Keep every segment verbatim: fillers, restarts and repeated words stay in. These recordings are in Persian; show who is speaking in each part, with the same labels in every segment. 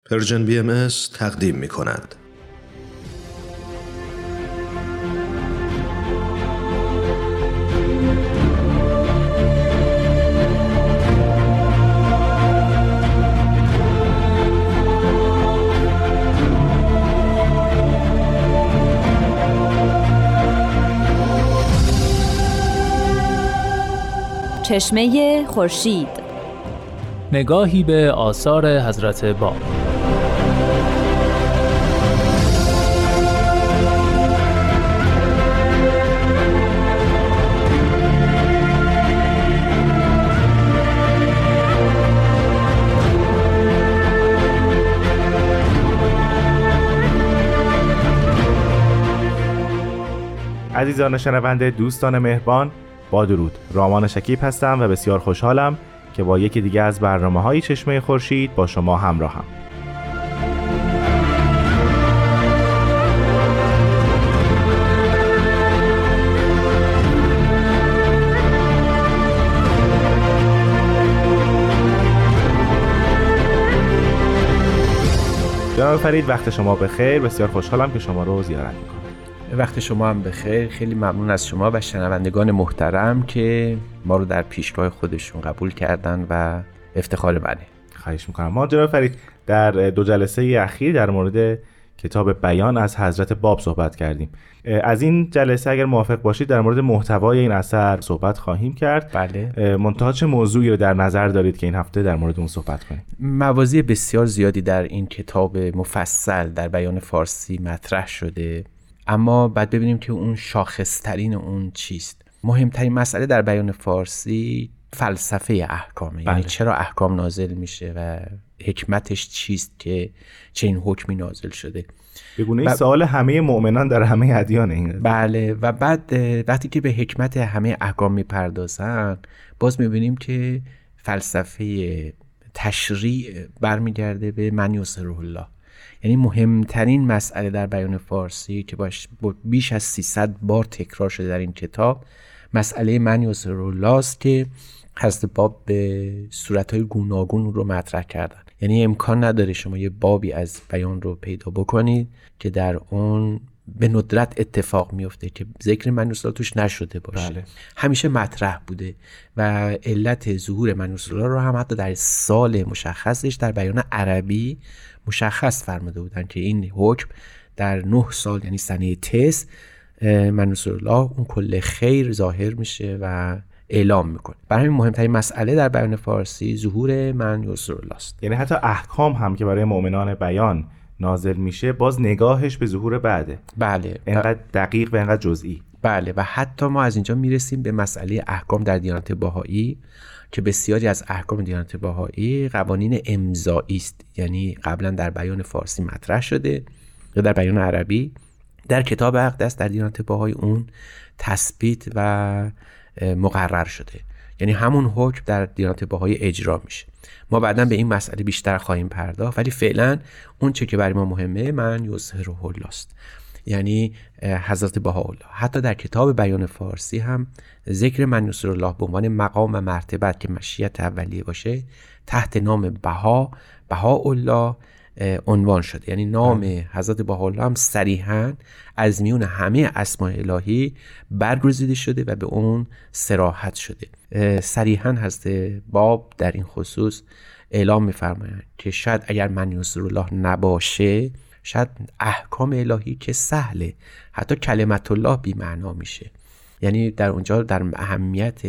Speaker 1: پرژن بی ام اس تقدیم می کند.
Speaker 2: چشمه خورشید،
Speaker 3: نگاهی به آثار حضرت باب.
Speaker 4: عزیزان شنونده، دوستان مهربان، با درود. رامان شکیب هستم و بسیار خوشحالم که با یکی دیگه از برنامه‌های چشمه خورشید با شما همراهم. جناب فرید، وقت شما بخیر. بسیار خوشحالم که شما رو زیارت می‌کنم.
Speaker 5: وقت شما هم بخیر. خیلی ممنون از شما و شنوندگان محترم که ما رو در پیشگاه خودشون قبول کردن و افتخار منه.
Speaker 4: خواهش میکنم. ما جناب فرید در دو جلسه اخیر در مورد کتاب بیان از حضرت باب صحبت کردیم. از این جلسه اگر موافق باشید در مورد محتوای این اثر صحبت خواهیم کرد.
Speaker 5: بله.
Speaker 4: منتها چه موضوعی رو در نظر دارید که این هفته در مورد اون صحبت کنیم؟
Speaker 5: مواضیع بسیار زیادی در این کتاب مفصل در بیان فارسی مطرح شده، اما بعد ببینیم که اون شاخصترین اون چیست. مهمترین مسئله در بیان فارسی فلسفه احکامه. بله. یعنی چرا احکام نازل میشه و حکمتش چیست که چه این حکمی نازل شده.
Speaker 4: به گونه ب... سوال همه مؤمنان در همه ادیان این.
Speaker 5: بله. و بعد وقتی که به حکمت همه احکام میپردازن، باز میبینیم که فلسفه تشریع برمیگرده به من یسره الله. یعنی مهمترین مسئله در بیان فارسی که باش بیش از سیصد بار تکرار شده در این کتاب، مسئله من یسره الله است که حضرت باب به صورت‌های گوناگون رو مطرح کردن. یعنی امکان نداره شما یه بابی از بیان رو پیدا بکنید که در اون به ندرت اتفاق میفته که ذکر من یسره الله توش نشده باشه. بله. همیشه مطرح بوده و علت ظهور من یسره الله رو هم حتی در سال مشخصش در بیان عربی مشخص فرموده بودن که این حکم در نه سال، یعنی سنه تس، من یسره الله اون کل خیر ظاهر میشه و اعلام میکنه. برای همین مهمترین مسئله در بیان فارسی ظهور من یسره الله است.
Speaker 4: یعنی حتی احکام هم که برای مؤمنان بیان نازل میشه، باز نگاهش به ظهور بعده.
Speaker 5: بله.
Speaker 4: اینقدر دقیق و اینقدر جزئی.
Speaker 5: بله. و حتی ما از اینجا میرسیم به مسئله احکام در دیانت بهایی که بسیاری از احکام دیانت بهایی قوانین امضایی است. یعنی قبلا در بیان فارسی مطرح شده یا در بیان عربی، در کتاب اقدس در دیانت بهایی اون تثبیت و مقرر شده. یعنی همون حکم در دیانت بهایی اجرا میشه. ما بعداً به این مسئله بیشتر خواهیم پرداخت، ولی فعلا اون چه که برای ما مهمه من یظهره الله است، یعنی حضرت بهاءالله. حتی در کتاب بیان فارسی هم ذکر من یسره الله به عنوان مقام و مرتبت که مشیت اولیه باشه تحت نام بها بهاءالله عنوان شده. یعنی نام حضرت بهاءالله هم صریحاً از میون همه اسماء الهی برگزیده شده و به اون صراحت شده. صریحاً حضرت باب در این خصوص اعلام می‌فرمایند که شاید اگر من یسره الله نباشه، شاید احکام الهی که سهله، حتی کلمت الله بی معنا میشه. یعنی در اونجا در اهمیت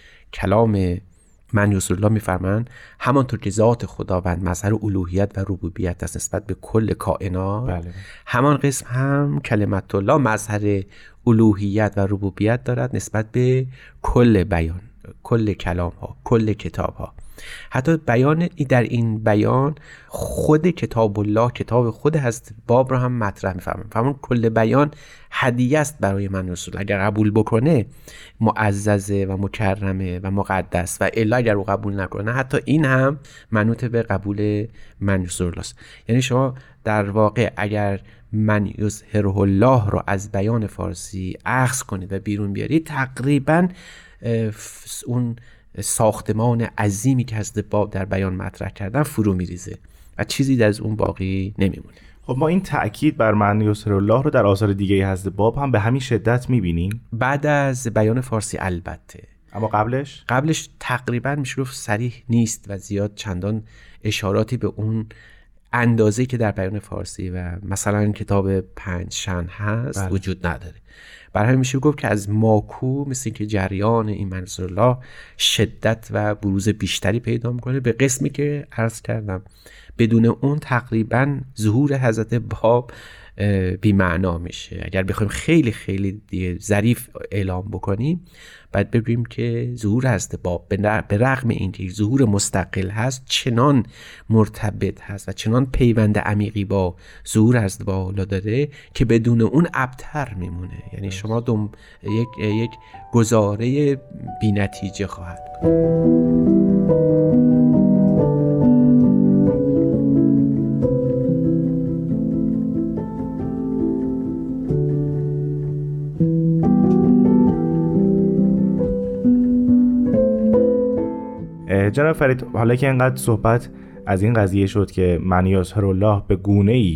Speaker 5: کلام من یسره الله میفرمان همانطور که ذات خداوند مظهر الوهیت و ربوبیت است نسبت به کل کائنات، بله. همان قسم هم کلمت الله مظهر الوهیت و ربوبیت دارد نسبت به کل بیان، کل کلام ها، کل کتاب ها. حتی بیان در این بیان خود کتاب الله، کتاب خود حضرت باب رو هم مطرح می‌فرمایند. فرمون کل بیان هدیه است برای من رسول. اگر قبول بکنه معززه و مکرمه و مقدس، و الا اگر رو قبول نکنه حتی این هم منوط به قبول من رسول الله است. یعنی شما در واقع اگر من یظهره الله رو از بیان فارسی اخذ کنید و بیرون بیارید، تقریباً اون ساختمان عظیمی که حضرت باب در بیان مطرح کردن فرو میریزه. و چیزی از اون باقی نمیمونه.
Speaker 4: خب ما این تأکید بر معنی یسر الله رو در آثار دیگه حضرت باب هم به همین شدت میبینیم؟
Speaker 5: بعد از بیان فارسی البته،
Speaker 4: اما قبلش؟
Speaker 5: قبلش تقریبا میشه گفت صریح نیست و زیاد چندان اشاراتی به اون اندازه‌ای که در بیان فارسی و مثلا کتاب پنج شن هست بله. وجود نداره. برای همین میشه گفت که از ماکو مثل که جریان این معنی یسر الله شدت و بروز بیشتری پیدا میکنه به قسمی که عرض کردم بدون اون تقریبا ظهور حضرت باب بی معنا میشه. اگر بخوایم خیلی خیلی دیگه ظریف اعلام بکنیم بعد ببینیم که ظهور حضرت باب به رغم اینکه ظهور مستقل هست چنان مرتبط هست و چنان پیوند عمیقی با ظهور حضرت باب داره که بدون اون ابتر میمونه. یعنی شما دوم یک یک گزاره بی نتیجه خواهد بود.
Speaker 4: جناب فرید، حالا که اینقدر صحبت از این قضیه شد که معنی یظهر الله به گونه‌ای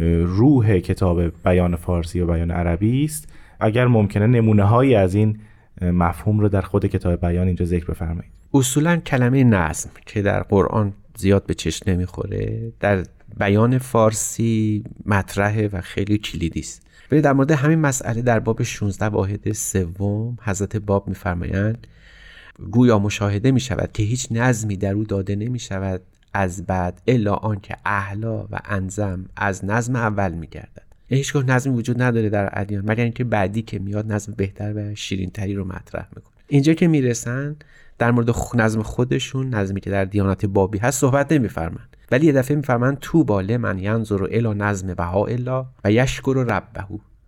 Speaker 4: روح کتاب بیان فارسی و بیان عربی است، اگر ممکنه نمونه هایی از این مفهوم رو در خود کتاب بیان اینجا ذکر بفرمایید.
Speaker 5: اصولا کلمه نظم که در قرآن زیاد به چشم نمیخوره در بیان فارسی مطرحه و خیلی کلیدی است. ولی در مورد همین مسئله در باب شانزده واحد سوم حضرت باب میفرمایند گویا مشاهده می شود که هیچ نظمی در او داده نمی شود از بعد الا آن که احلا و انظم از نظم اول می گردد. یعنی هیچ نظمی وجود نداره در ادیان مگر اینکه بعدی که میاد نظم بهتر و شیرین تری رو مطرح میکنه. اینجا که میرسن در مورد نظم خودشون، نظمی که در دیانت بابی هست صحبت نمیفرمن، ولی یه دفعه میفرمن تو باله من ینظر الی نظم بهاءالله و یشکر ربه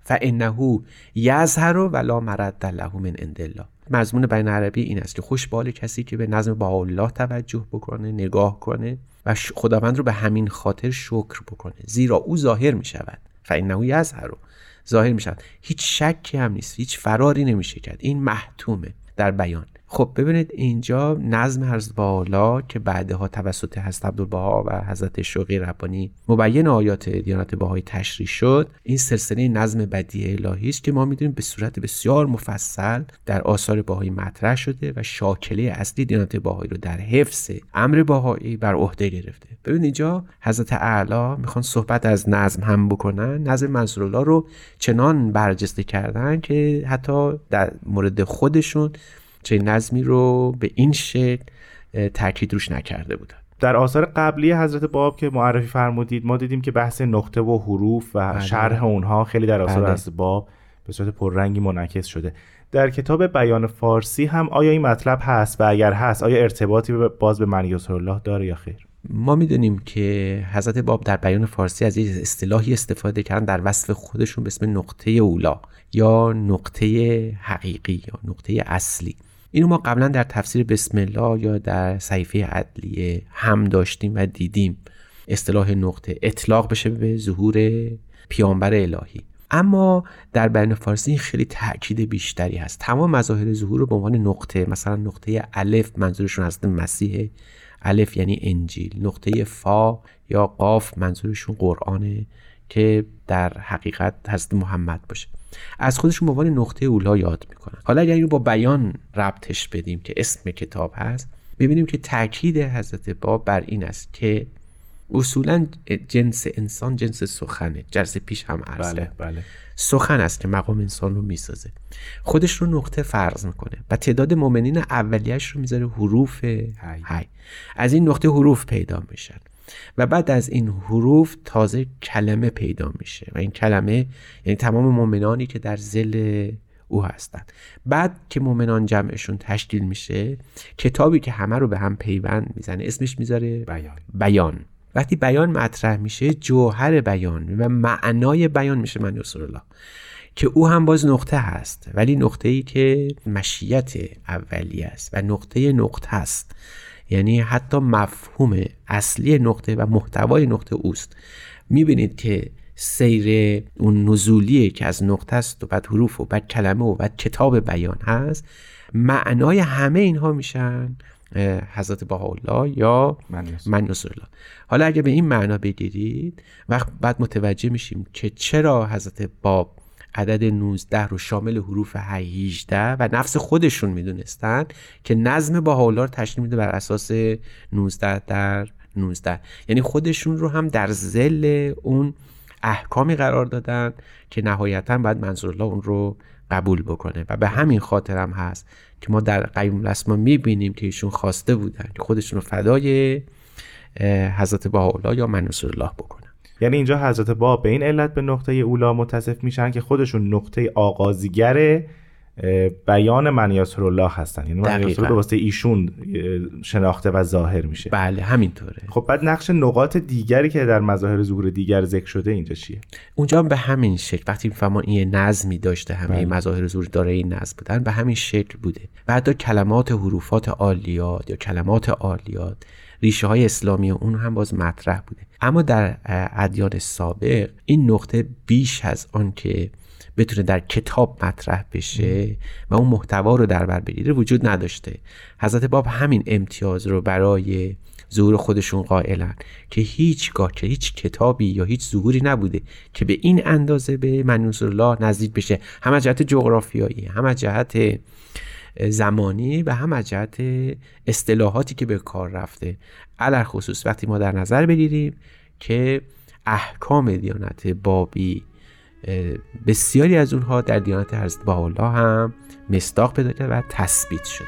Speaker 5: فانه یظهر ولا مرد له من عند الله. مضمون بیان عربی این است که خوش بال کسی که به نظم بهاءالله توجه بکنه، نگاه کنه و خداوند رو به همین خاطر شکر بکنه، زیرا او ظاهر می شود. فانه یظهر، ظاهر می شود، هیچ شکی هم نیست، هیچ فراری نمیشه کرد، این محتومه در بیان. خب ببینید اینجا نظم حضرت بهاءالله که بعدها توسط حضرت عبدالبها و حضرت شوقی ربانی مبین آیات دیانت بهایی تشریح شد، این سلسله نظم بدیع الهی است که ما میدونیم به صورت بسیار مفصل در آثار بهایی مطرح شده و شاکله اصلی دیانت بهایی رو در حفظ امر بهایی بر عهده گرفته. ببینید اینجا حضرت اعلی میخوان صحبت از نظم هم بکنن، نظم منصور الله رو چنان برجسته کردن که حتی در مورد خودشون چه نظمی رو به این شکل تاکید روش نکرده بودن.
Speaker 4: در آثار قبلی حضرت باب که معرفی فرمودید ما دیدیم که بحث نقطه و حروف و بله. شرح اونها خیلی در آثار بله. حضرت باب به صورت پررنگی منعکس شده. در کتاب بیان فارسی هم آیا این مطلب هست و اگر هست آیا ارتباطی باز به معنی یسر الله داره یا خیر؟
Speaker 5: ما میدونیم که حضرت باب در بیان فارسی از یک اصطلاحی استفاده کردن در وصف خودشون به اسم نقطه اولا یا نقطه حقیقی یا نقطه اصلی. اینو ما قبلا در تفسیر بسم الله یا در صحیفه عدلیه هم داشتیم و دیدیم اصطلاح نقطه اطلاق بشه به ظهور پیامبر الهی، اما در بیان فارسی خیلی تأکید بیشتری هست. تمام مظاهر ظهور رو به عنوان نقطه، مثلا نقطه الف منظورشون هست مسیح، الف یعنی انجیل، نقطه فا یا قاف منظورشون قرآنه که در حقیقت حضرت محمد باشه. از خودشون به عنوان نقطه اولا یاد میکنن. حالا اگر اینو با بیان ربطش بدیم که اسم کتاب هست، ببینیم که تاکید حضرت باب بر این است که اصولا جنس انسان جنس سخنه. جلسه پیش هم عرض
Speaker 4: بله بله.
Speaker 5: سخن است که مقام انسان رو میسازه. خودش رو نقطه فرض میکنه و تعداد مؤمنین اولیه‌اش رو میذاره حروف هی. از این نقطه حروف پیدا میشن و بعد از این حروف تازه کلمه پیدا میشه و این کلمه یعنی تمام مؤمنانی که در ظل او هستند. بعد که مؤمنان جمعشون تشکیل میشه، کتابی که همه رو به هم پیوند میزنه اسمش میذاره بیان. بیان وقتی بیان مطرح میشه، جوهر بیان و معنای بیان میشه معنی یسر الله، که او هم باز نقطه هست، ولی نقطه‌ای که مشیت اولیه است و نقطه نقطه است، یعنی حتی مفهوم اصلی نقطه و محتوای نقطه اوست. میبینید که سیر اون نزولیه که از نقطه است و بعد حروف و بعد کلمه و بعد کتاب بیان هست، معنای همه اینها میشن حضرت بهاءالله یا من نصرالله. حالا اگه به این معنا بگیرید وقت بعد متوجه میشیم که چرا حضرت باب عدد نوزده رو شامل حروف هجده و نفس خودشون میدونستن که نظم بهاءالله رو تشکیل میده بر اساس نوزده در نوزده، یعنی خودشون رو هم در ظل اون احکامی قرار دادن که نهایتاً باید منظورالله اون رو قبول بکنه و به همین خاطر هم هست که ما در قیوم الاسما میبینیم که ایشون خواسته بودن که خودشون رو فدای حضرت بهاءالله یا من نصرالله بکنن.
Speaker 4: یعنی اینجا حضرت باب به این علت به نقطه اولا متصف میشن که خودشون نقطه آغازیگر بیان من یسرالله هستن، یعنی من یسرالله واسه ایشون شناخته و ظاهر میشه.
Speaker 5: بله همینطوره.
Speaker 4: خب بعد نقش نقاط دیگری که در مظاهر ظهور دیگر ذکر شده اینجا چیه؟
Speaker 5: اونجا به همین شکل وقتی میفهمن این نظمی داشته، همه بله. مظاهر ظهور داره این نظم بودن، به همین شکل بوده. بعد کلمات حروفات عالیات یا کلمات عالیات ریشه های اسلامی اون هم باز مطرح بوده، اما در ادیان سابق این نقطه بیش از آن که بتونه در کتاب مطرح بشه و اون محتوا رو در بر بگیره وجود نداشته. حضرت باب همین امتیاز رو برای ظهور خودشون قائلن که هیچگاه که هیچ کتابی یا هیچ ظهوری نبوده که به این اندازه به من نصرالله نزدیک بشه، هم از جهت جغرافیایی، هم از جهت زمانی و هم از جهت اصطلاحاتی که به کار رفته. علل خصوص وقتی ما در نظر بگیریم که احکام دیانت بابی بسیاری از اونها در دیانت حضرت بهاءالله هم مصداق پیدا کرده و تثبیت شده.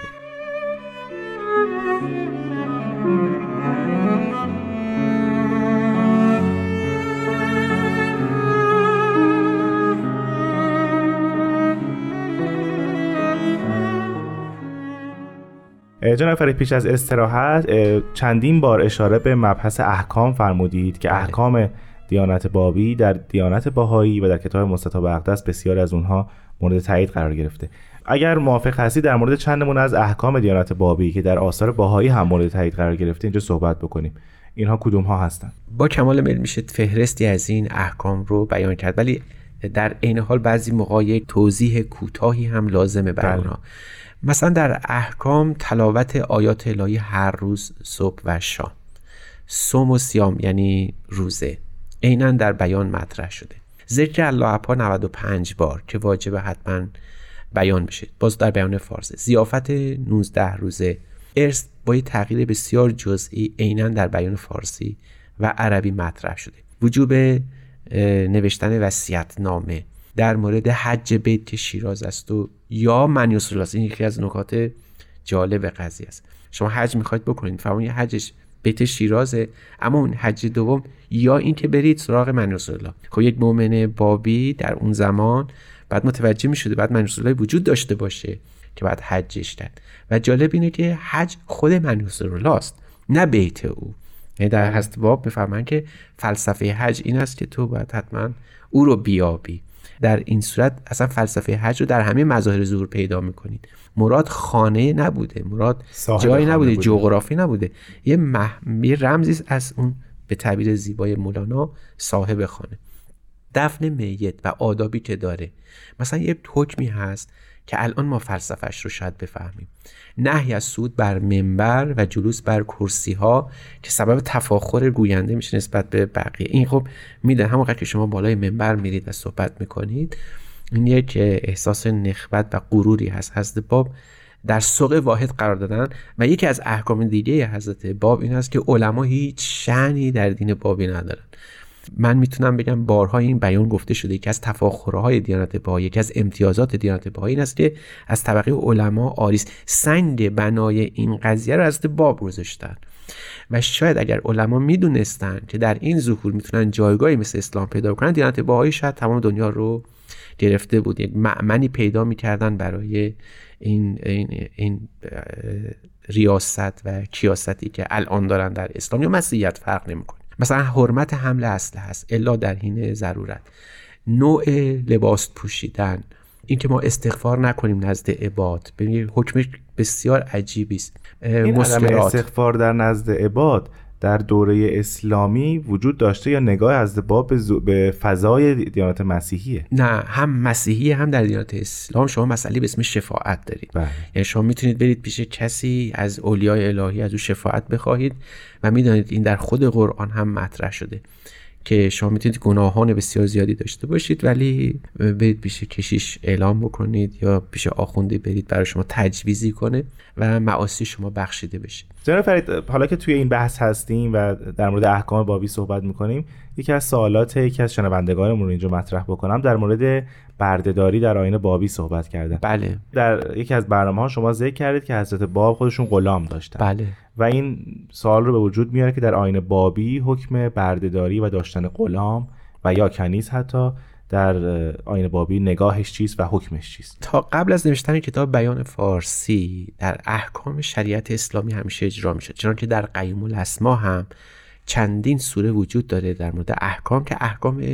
Speaker 4: جناب فرید پیش از استراحت چندین بار اشاره به مبحث احکام فرمودید که احکام دیانت بابی در دیانت بهایی و در کتاب مستطاب اقدس بسیار از اونها مورد تایید قرار گرفته. اگر موافق هستی در مورد چند نمونه از احکام دیانت بابی که در آثار بهایی هم مورد تایید قرار گرفته اینجا صحبت بکنیم. اینها کدوم ها هستند؟
Speaker 5: با کمال میل میشه فهرستی از این احکام رو بیان کرد، ولی در عین حال بعضی موقع توضیح کوتاهی هم لازمه برای اونها. مثلا در احکام تلاوت آیات الهی هر روز صبح و شام، صوم و صیام یعنی روزه عیناً در بیان مطرح شده. ذکر الله اکبر نود و پنج بار که واجب حتما بیان بشه، باز در بیان فارسی. ضیافت نوزده روزه، ارث با تغییر بسیار جزئی عیناً در بیان فارسی و عربی مطرح شده. وجوب نوشتن وصیت‌نامه در مورد حج بیت که شیراز است و یا من یسرالله، این یکی از نکات جالب قضیه است. شما حج میخواید بکنید، فرمون یه حجش بیت شیرازه، اما اون حج دوم یا این که برید سراغ من یسرالله. خب یک مؤمن بابی در اون زمان بعد متوجه میشده بعد من یسرالله وجود داشته باشه که بعد حجش کرد. و جالب اینه که حج خود من یسرالله است نه بیت او. یعنی در حضرت باب میفهمن که فلسفه حج این است که تو باید حتما او رو بیابی. در این صورت اصلا فلسفه حج رو در همه مظاهر ظهور پیدا میکنید. مراد خانه نبوده، مراد جایی نبوده، جغرافی نبوده، یه, مح... یه رمزی از اون به تعبیر زیبای مولانا صاحب خانه. دفن میت و آدابی که داره، مثلا یه حکمی هست که الان ما فلسفهش رو شاید بفهمیم. نهی از صعود بر منبر و جلوس بر کرسی ها که سبب تفاخر گوینده میشه نسبت به بقیه. این خب میدن همونقدر که شما بالای منبر میرید و صحبت میکنید، این یک احساس نخوت و غروری هست. حضرت باب در سوق واحد قرار دادن و یکی از احکام دیگه حضرت باب این است که علما هیچ شأنی در دین بابی ندارن. من میتونم بگم بارها این بیان گفته شده که از تفاخرهای دیانت بهایی، یکی از امتیازات دیانت بهایی این است که از طبقه علما عالی است. سنگ بنای این قضیه رو حضرت باب گذاشتن و شاید اگر علما میدونستن که در این ظهور میتونن جایگاهی مثل اسلام پیدا کنن، دیانت بهایی شاید تمام دنیا رو گرفته بود. یک مأمنی پیدا میکردن برای این این این ریاست و کیاستی که الان دارن در اسلام یا مسیحیت فرق نمیکنه. مثلا حرمت حمل اسلحه است الا در حین ضرورت، نوع لباس پوشیدن، این که ما استغفار نکنیم نزد عباد، ببینید حکم بسیار عجیبی است.
Speaker 4: این عدم استغفار در نزد عباد در دوره اسلامی وجود داشته یا نگاه حضرت باب به, زو... به فضای دیانت مسیحیه؟
Speaker 5: نه، هم مسیحی هم در دیانت اسلام شما مسئله به اسم شفاعت دارید.
Speaker 4: بله.
Speaker 5: یعنی شما میتونید برید پیش کسی از اولیای الهی از او شفاعت بخواهید و میدانید این در خود قرآن هم مطرح شده که شما میتونید گناهان بسیار زیادی داشته باشید ولی برید پیش کشیش اعلام بکنید یا پیش آخوندی برید برای شما تجویزی کنه و معاصی شما بخشیده بشه.
Speaker 4: جناب فرید، حالا که توی این بحث هستیم و در مورد احکام بابی صحبت میکنیم، یکی از سوالات یکی از شنوندگانمون رو اینجا مطرح بکنم. در مورد بردهداری در آیین بابی صحبت کردن.
Speaker 5: بله.
Speaker 4: در یکی از برنامه‌ها شما ذکر کردید که حضرت باب خودشون غلام داشتن.
Speaker 5: بله.
Speaker 4: و این سوال رو به وجود میاره که در آیین بابی حکم بردهداری و داشتن غلام و یا کنیز حتی در آیین بابی نگاهش چیست و حکمش چیست؟
Speaker 5: تا قبل از نوشتن کتاب بیان فارسی در احکام شریعت اسلامی همیشه اجرا میشد، چنانکه در قیوم الاسما هم چندین سوره وجود داره در مورد احکام که احکام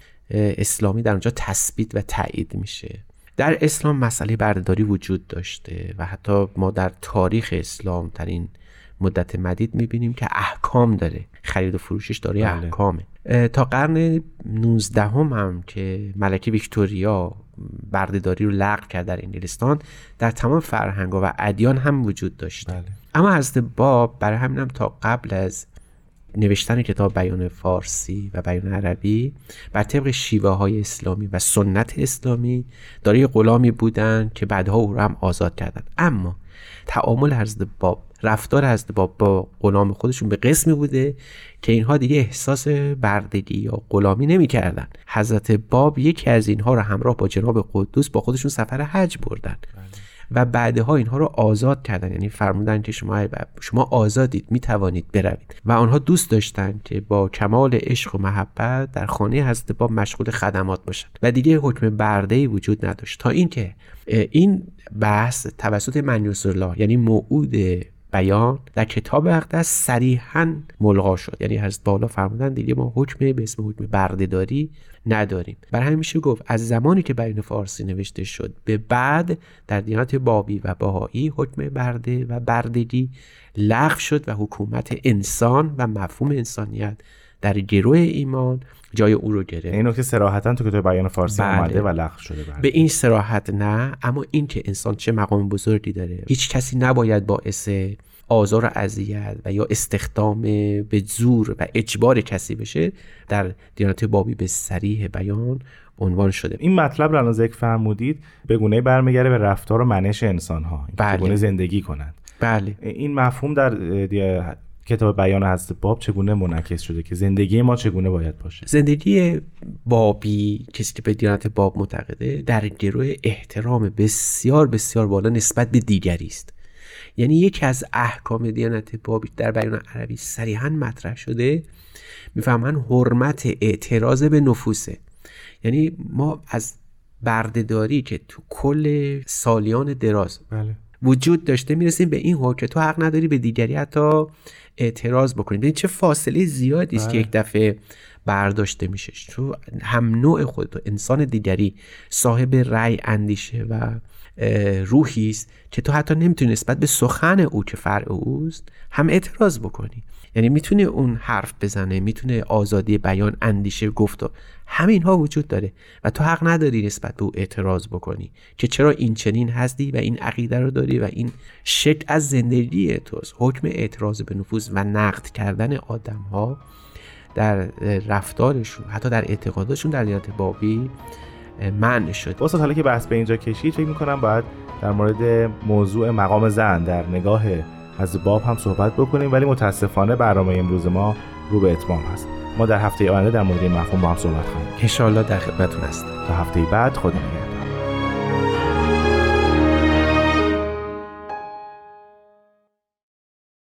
Speaker 5: اسلامی در اونجا تثبیت و تایید میشه. در اسلام مسئله بردهداری وجود داشته و حتی ما در تاریخ اسلام در این مدت مدید میبینیم که احکام داره، خرید و فروشش داره. بله. احکامه. تا قرن نوزدهم هم که ملکه ویکتوریا بردهداری رو لغو کرد در انگلستان، در تمام فرهنگ‌ها و ادیان هم وجود داشته. بله. اما حضرت باب برای همینم تا قبل از نوشتن کتاب بیان فارسی و بیان عربی بر طبق شیوه های اسلامی و سنت اسلامی دارای غلامی بودن که بعدها او را هم آزاد کردن. اما تعامل حضرت باب، رفتار حضرت باب با غلام خودشون به قسمی بوده که اینها دیگه احساس بردگی یا غلامی نمی کردن. حضرت باب یکی از اینها را همراه با جناب قدوس با خودشون سفر حج بردن. بله. و بعدها اینها رو آزاد کردن، یعنی فرمودن که شما شما آزادید، میتوانید بروید. و آنها دوست داشتن که با کمال عشق و محبت در خانه حضرت باب مشغول خدمات باشن و دیگه حکم برده‌ای وجود نداشت. تا اینکه این بحث توسط من یسر الله یعنی موعود بیان در کتاب اقدس صریحاً ملغا شد. یعنی حضرت بالا فرمودن دیگه ما حکم به اسم حکم بردهداری نداریم. برای همین میشه گفت از زمانی که بیان فارسی نوشته شد به بعد در دیانت بابی و بهایی حکم برده و بردگی لغو شد و حکومت انسان و مفهوم انسانیت در گروه ایمان جای او رو گرفت.
Speaker 4: اینو که صراحتاً تو کتاب بیان فارسی
Speaker 5: بله.
Speaker 4: اومده و لغو شده. برده.
Speaker 5: به این صراحت نه، اما این که انسان چه مقام بزرگی داره، هیچ کسی نباید باعث آزار و اذیت و یا استخدام به زور و اجبار کسی بشه، در دیانت بابی به صریح بیان عنوان شده.
Speaker 4: این مطلب رو الان ذکر فرمودید به گونه‌ای برمیگره به رفتار و منش انسان‌ها،
Speaker 5: بله.
Speaker 4: چگونه زندگی کنند.
Speaker 5: بله.
Speaker 4: این مفهوم در کتاب بیان حضرت باب چگونه منعکس شده که زندگی ما چگونه باید باشه؟
Speaker 5: زندگی بابی، کسی که به دیانت باب معتقده، در گروه احترام بسیار بسیار بالا نسبت به دیگری است. یعنی یکی از احکام دیانت بابی در بیان عربی صریحاً مطرح شده، میفهمن حرمت اعتراض به نفوسه. یعنی ما از بردهداری که تو کل سالیان دراز
Speaker 4: بله.
Speaker 5: وجود داشته میرسیم به این حکم که تو حق نداری به دیگری حتی اعتراض بکنی. ببین چه فاصله زیادی است که یک دفعه برداشته میشه. تو هم نوع خودت، انسان دیگری صاحب رأی، اندیشه و روحی است که تو حتی نمیتونی نسبت به سخن او که فرع اوست هم اعتراض بکنی. یعنی میتونه اون حرف بزنه، میتونه آزادی بیان، اندیشه، گفتار، همه اینها وجود داره و تو حق نداری نسبت به او اعتراض بکنی که چرا این چنین هستی و این عقیده رو داری و این شکل از زندگی توست. حکم اعتراض به نفوذ و نقد کردن آدم‌ها در رفتارشون، حتی در اعتقاداتشون در دیانت بابی منع شد.
Speaker 4: واسه حالا که بحث به اینجا کشید، فکر می‌کنم باید در مورد موضوع مقام زن در نگاه حضرت باب هم صحبت بکنیم، ولی متاسفانه برنامه امروز ما رو به اتمام هست. ما در هفته آینده در مورد این مفهوم با هم صحبت خواهیم.
Speaker 5: ان شاءالله در خدمتتون هستیم.
Speaker 4: تا هفته بعد، خدا نگهدار.